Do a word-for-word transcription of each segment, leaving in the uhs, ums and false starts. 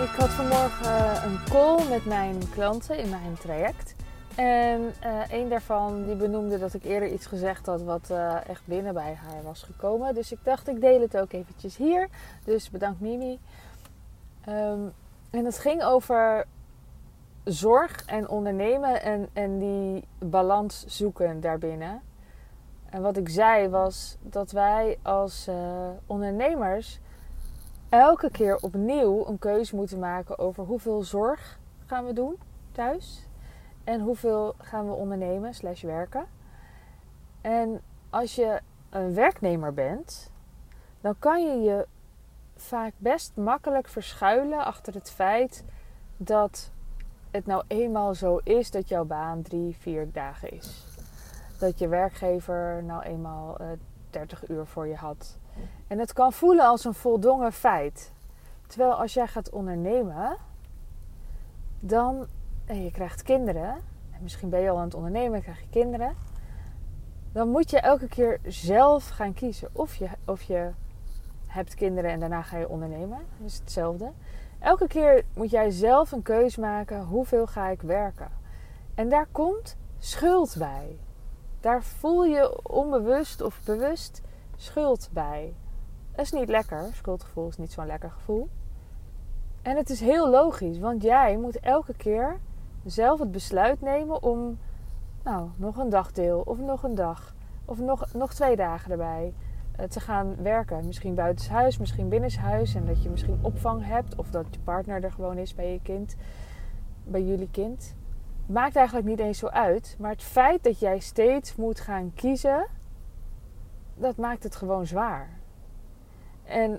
Ik had vanmorgen een call met mijn klanten in mijn traject. En uh, een daarvan die benoemde dat ik eerder iets gezegd had wat uh, echt binnen bij haar was gekomen. Dus ik dacht, ik deel het ook eventjes hier. Dus bedankt Mimi. Um, en het ging over zorg en ondernemen en, en die balans zoeken daarbinnen. En wat ik zei was dat wij als uh, ondernemers elke keer opnieuw een keuze moeten maken over hoeveel zorg gaan we doen thuis. En hoeveel gaan we ondernemen slash werken. En als je een werknemer bent, dan kan je je vaak best makkelijk verschuilen achter het feit dat het nou eenmaal zo is dat jouw baan drie, vier dagen is. Dat je werkgever nou eenmaal uh, dertig uur voor je had. En het kan voelen als een voldongen feit. Terwijl als jij gaat ondernemen, dan, en je krijgt kinderen, en misschien ben je al aan het ondernemen en krijg je kinderen, dan moet je elke keer zelf gaan kiezen. Of je, of je hebt kinderen en daarna ga je ondernemen. Dat is hetzelfde. Elke keer moet jij zelf een keus maken, hoeveel ga ik werken. En daar komt schuld bij. Daar voel je onbewust of bewust schuld bij. Dat is niet lekker. Schuldgevoel is niet zo'n lekker gevoel. En het is heel logisch, want jij moet elke keer zelf het besluit nemen om nou, nog een dagdeel of nog een dag of nog, nog twee dagen erbij uh, te gaan werken. Misschien buitenshuis, misschien binnenshuis en dat je misschien opvang hebt of dat je partner er gewoon is bij je kind, bij jullie kind. Maakt eigenlijk niet eens zo uit, maar het feit dat jij steeds moet gaan kiezen, dat maakt het gewoon zwaar. En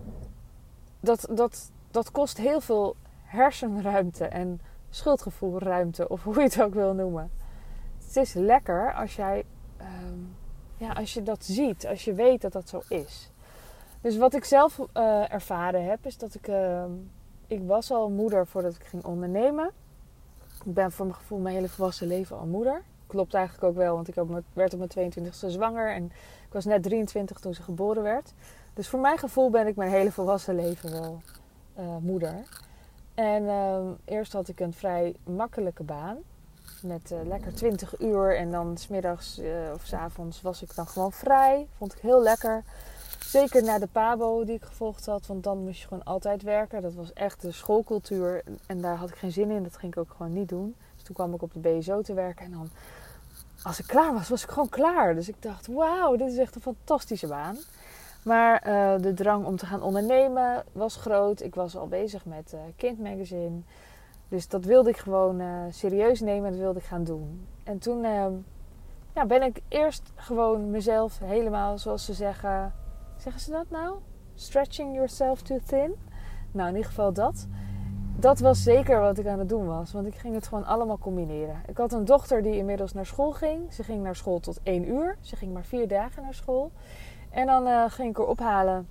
dat, dat, dat kost heel veel hersenruimte en schuldgevoelruimte, of hoe je het ook wil noemen. Het is lekker als jij, um, ja, als je dat ziet, als je weet dat dat zo is. Dus wat ik zelf uh, ervaren heb, is dat ik, uh, ik was al moeder voordat ik ging ondernemen. Ik ben voor mijn gevoel mijn hele volwassen leven al moeder. Klopt eigenlijk ook wel, want ik werd op mijn tweeëntwintigste zwanger en ik was net drieëntwintig toen ze geboren werd. Dus voor mijn gevoel ben ik mijn hele volwassen leven wel uh, moeder. En uh, eerst had ik een vrij makkelijke baan. Met uh, lekker twintig uur. En dan 's middags uh, of 's avonds was ik dan gewoon vrij. Vond ik heel lekker. Zeker na de pabo die ik gevolgd had. Want dan moest je gewoon altijd werken. Dat was echt de schoolcultuur. En daar had ik geen zin in. Dat ging ik ook gewoon niet doen. Dus toen kwam ik op de B S O te werken. En dan, als ik klaar was, was ik gewoon klaar. Dus ik dacht, wauw, dit is echt een fantastische baan. Maar uh, de drang om te gaan ondernemen was groot. Ik was al bezig met uh, Kindmagazine. Dus dat wilde ik gewoon uh, serieus nemen en dat wilde ik gaan doen. En toen uh, ja, ben ik eerst gewoon mezelf helemaal, zoals ze zeggen... Zeggen ze dat nou? Stretching yourself too thin? Nou, in ieder geval dat. Dat was zeker wat ik aan het doen was. Want ik ging het gewoon allemaal combineren. Ik had een dochter die inmiddels naar school ging. Ze ging naar school tot één uur. Ze ging maar vier dagen naar school. En dan uh, ging ik haar ophalen.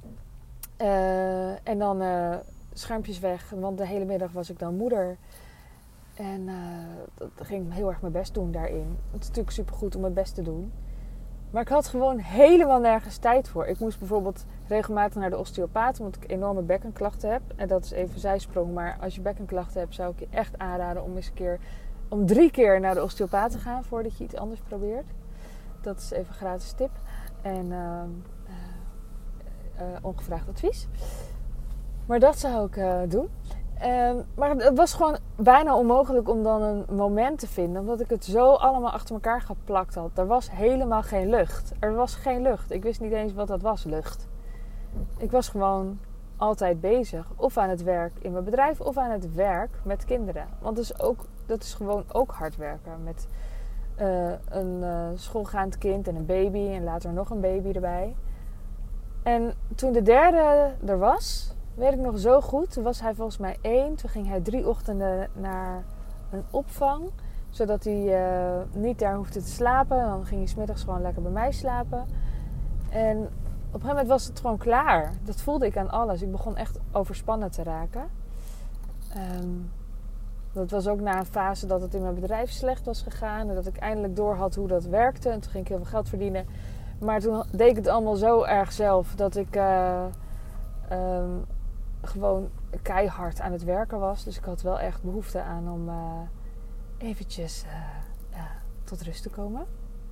Uh, en dan uh, schermpjes weg. Want de hele middag was ik dan moeder. En uh, dat ging ik heel erg mijn best doen daarin. Het is natuurlijk supergoed om mijn best te doen. Maar ik had gewoon helemaal nergens tijd voor. Ik moest bijvoorbeeld regelmatig naar de osteopaat. Omdat ik enorme bekkenklachten heb. En dat is even zijsprong. Maar als je bekkenklachten hebt, zou ik je echt aanraden om eens een keer... om drie keer naar de osteopaat te gaan voordat je iets anders probeert. Dat is even een gratis tip. En uh, uh, uh, ongevraagd advies. Maar dat zou ik uh, doen. Uh, maar het was gewoon bijna onmogelijk om dan een moment te vinden. Omdat ik het zo allemaal achter elkaar geplakt had. Er was helemaal geen lucht. Er was geen lucht. Ik wist niet eens wat dat was, lucht. Ik was gewoon altijd bezig. Of aan het werk in mijn bedrijf. Of aan het werk met kinderen. Want dat is, ook, dat is gewoon ook hard werken. Met uh, een uh, schoolgaand kind en een baby. En later nog een baby erbij. En toen de derde er was... weet ik nog zo goed. Toen was hij volgens mij één. Toen ging hij drie ochtenden naar een opvang. Zodat hij uh, niet daar hoefde te slapen. Dan ging hij 's middags gewoon lekker bij mij slapen. En op een gegeven moment was het gewoon klaar. Dat voelde ik aan alles. Ik begon echt overspannen te raken. Um, dat was ook na een fase dat het in mijn bedrijf slecht was gegaan. En dat ik eindelijk door had hoe dat werkte. En toen ging ik heel veel geld verdienen. Maar toen deed ik het allemaal zo erg zelf. Dat ik... Uh, um, gewoon keihard aan het werken was. Dus ik had wel echt behoefte aan om uh, eventjes uh, uh, tot rust te komen.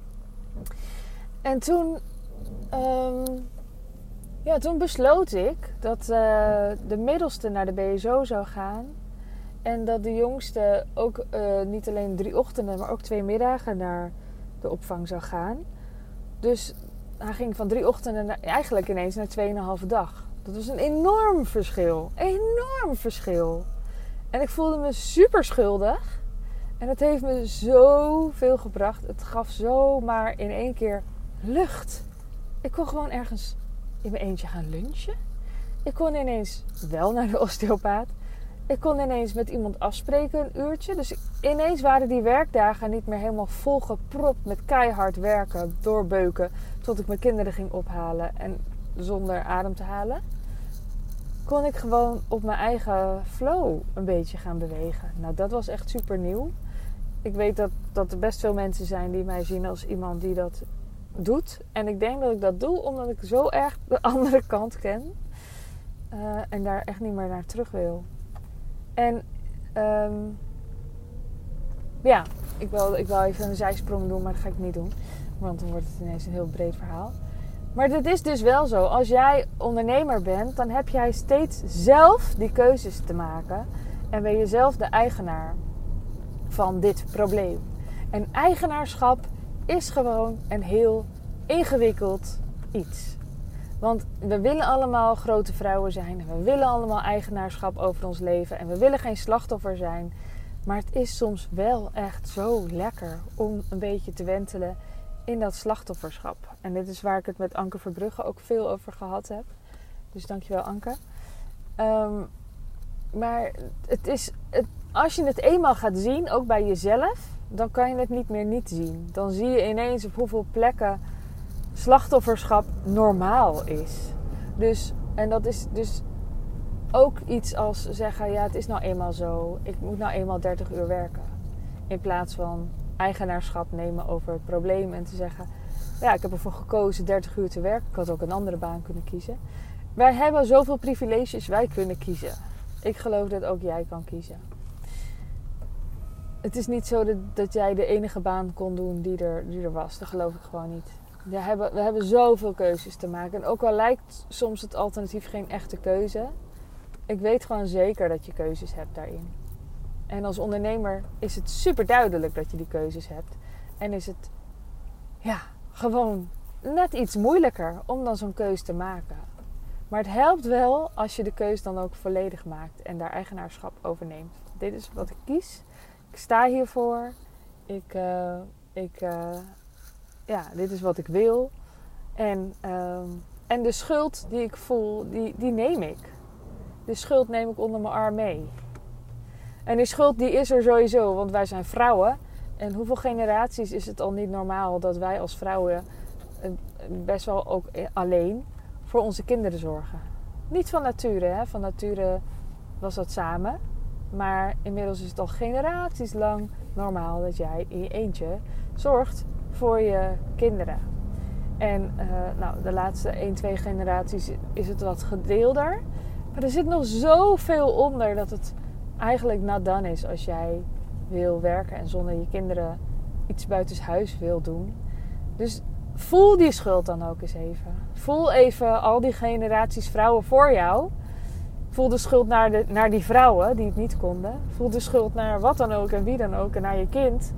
En toen, um, ja, toen besloot ik dat uh, de middelste naar de B S O zou gaan. En dat de jongste ook uh, niet alleen drie ochtenden, maar ook twee middagen naar de opvang zou gaan. Dus hij ging van drie ochtenden naar, eigenlijk ineens naar tweeënhalve dag. Dat was een enorm verschil. Enorm verschil. En ik voelde me super schuldig. En het heeft me zoveel gebracht. Het gaf zomaar in één keer lucht. Ik kon gewoon ergens in mijn eentje gaan lunchen. Ik kon ineens wel naar de osteopaat. Ik kon ineens met iemand afspreken een uurtje. Dus ineens waren die werkdagen niet meer helemaal volgepropt met keihard werken, doorbeuken. Tot ik mijn kinderen ging ophalen en zonder adem te halen. Kon ik gewoon op mijn eigen flow een beetje gaan bewegen. Nou, dat was echt super nieuw. Ik weet dat, dat er best veel mensen zijn die mij zien als iemand die dat doet. En ik denk dat ik dat doe omdat ik zo erg de andere kant ken. Uh, en daar echt niet meer naar terug wil. En um, ja, ik wil, ik wil even een zijsprong doen, maar dat ga ik niet doen. Want dan wordt het ineens een heel breed verhaal. Maar het is dus wel zo, als jij ondernemer bent, dan heb jij steeds zelf die keuzes te maken. En ben je zelf de eigenaar van dit probleem. En eigenaarschap is gewoon een heel ingewikkeld iets. Want we willen allemaal grote vrouwen zijn. En we willen allemaal eigenaarschap over ons leven. En we willen geen slachtoffer zijn. Maar het is soms wel echt zo lekker om een beetje te wentelen in dat slachtofferschap. En dit is waar ik het met Anke Verbrugge ook veel over gehad heb. Dus dankjewel Anke. Um, maar het is, het, als je het eenmaal gaat zien, ook bij jezelf, dan kan je het niet meer niet zien. Dan zie je ineens op hoeveel plekken slachtofferschap normaal is. Dus, en dat is dus ook iets als zeggen, ja, het is nou eenmaal zo. Ik moet nou eenmaal dertig uur werken. In plaats van eigenaarschap nemen over het probleem en te zeggen, ja, ik heb ervoor gekozen dertig uur te werken. Ik had ook een andere baan kunnen kiezen. Wij hebben zoveel privileges, wij kunnen kiezen. Ik geloof dat ook jij kan kiezen. Het is niet zo dat, dat jij de enige baan kon doen die er, die er was. Dat geloof ik gewoon niet. We hebben, we hebben zoveel keuzes te maken. En ook al lijkt soms het alternatief geen echte keuze. Ik weet gewoon zeker dat je keuzes hebt daarin. En als ondernemer is het super duidelijk dat je die keuzes hebt. En is het ja, gewoon net iets moeilijker om dan zo'n keuze te maken. Maar het helpt wel als je de keuze dan ook volledig maakt. En daar eigenaarschap over neemt. Dit is wat ik kies. Ik sta hiervoor. Ik... Uh, ik uh, Ja, dit is wat ik wil. En, um, en de schuld die ik voel, die, die neem ik. De schuld neem ik onder mijn arm mee. En die schuld die is er sowieso, want wij zijn vrouwen. En hoeveel generaties is het al niet normaal dat wij als vrouwen best wel ook alleen voor onze kinderen zorgen. Niet van nature, hè. Van nature was dat samen. Maar inmiddels is het al generaties lang normaal dat jij in je eentje zorgt voor je kinderen. En uh, nou, de laatste één, twee generaties is het wat gedeelder. Maar er zit nog zoveel onder dat het eigenlijk not done is als jij wil werken en zonder je kinderen iets buitenshuis wil doen. Dus voel die schuld dan ook eens even. Voel even al die generaties vrouwen voor jou. Voel de schuld naar, de, naar die vrouwen die het niet konden. Voel de schuld naar wat dan ook en wie dan ook en naar je kind.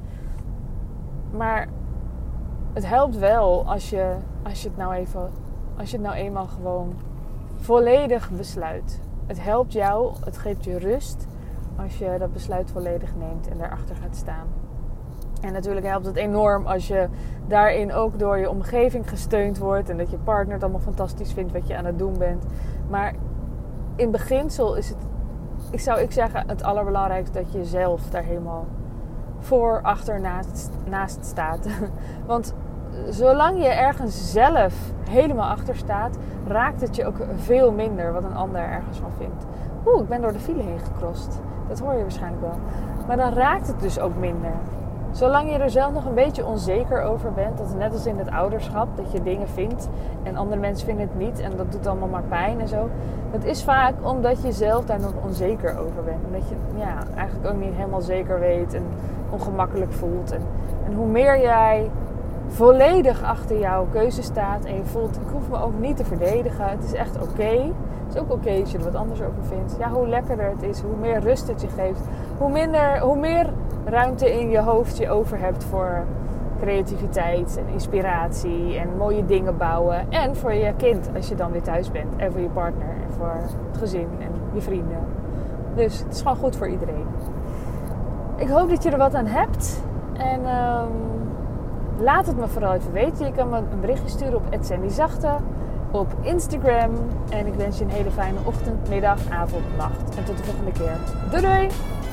Maar het helpt wel als je, als je het nou even, als je het nou eenmaal gewoon volledig besluit. Het helpt jou, het geeft je rust als je dat besluit volledig neemt en daarachter gaat staan. En natuurlijk helpt het enorm als je daarin ook door je omgeving gesteund wordt en dat je partner het allemaal fantastisch vindt wat je aan het doen bent. Maar in beginsel is het, ik zou ik zeggen, het allerbelangrijkste dat je zelf daar helemaal voor, achter, naast, naast staat. Want zolang je ergens zelf helemaal achter staat, raakt het je ook veel minder wat een ander ergens van vindt. Oeh, ik ben door de file heen gecrossed. Dat hoor je waarschijnlijk wel. Maar dan raakt het dus ook minder. Zolang je er zelf nog een beetje onzeker over bent, dat is net als in het ouderschap, dat je dingen vindt en andere mensen vinden het niet en dat doet allemaal maar pijn en zo. Dat is vaak omdat je zelf daar nog onzeker over bent. Omdat je ja, eigenlijk ook niet helemaal zeker weet en ongemakkelijk voelt. En, en hoe meer jij volledig achter jouw keuze staat en je voelt, ik hoef me ook niet te verdedigen, het is echt oké. Okay. Het is ook oké okay als je er wat anders over vindt. Ja, hoe lekkerder het is, hoe meer rust het je geeft, hoe minder, hoe meer ruimte in je hoofd je over hebt voor creativiteit en inspiratie en mooie dingen bouwen. En voor je kind als je dan weer thuis bent. En voor je partner en voor het gezin en je vrienden. Dus het is gewoon goed voor iedereen. Ik hoop dat je er wat aan hebt. En um, laat het me vooral even weten. Je kan me een berichtje sturen op at sandy zachte op Instagram. En ik wens je een hele fijne ochtend, middag, avond, nacht. En tot de volgende keer. Doei doei!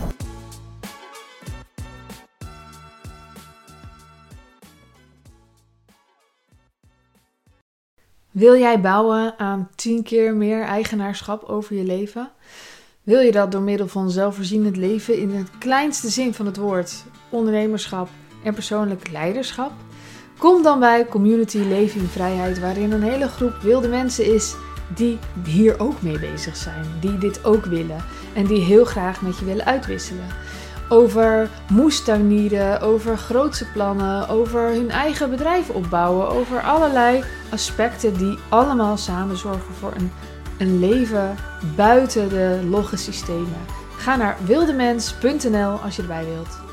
Wil jij bouwen aan tien keer meer eigenaarschap over je leven? Wil je dat door middel van zelfvoorzienend leven in het kleinste zin van het woord, ondernemerschap en persoonlijk leiderschap? Kom dan bij Community Leven in Vrijheid, waarin een hele groep wilde mensen is die hier ook mee bezig zijn, die dit ook willen en die heel graag met je willen uitwisselen. Over moestuinieren, over grootse plannen, over hun eigen bedrijf opbouwen, over allerlei aspecten die allemaal samen zorgen voor een, een leven buiten de logge systemen. Ga naar wildemens punt n l als je erbij wilt.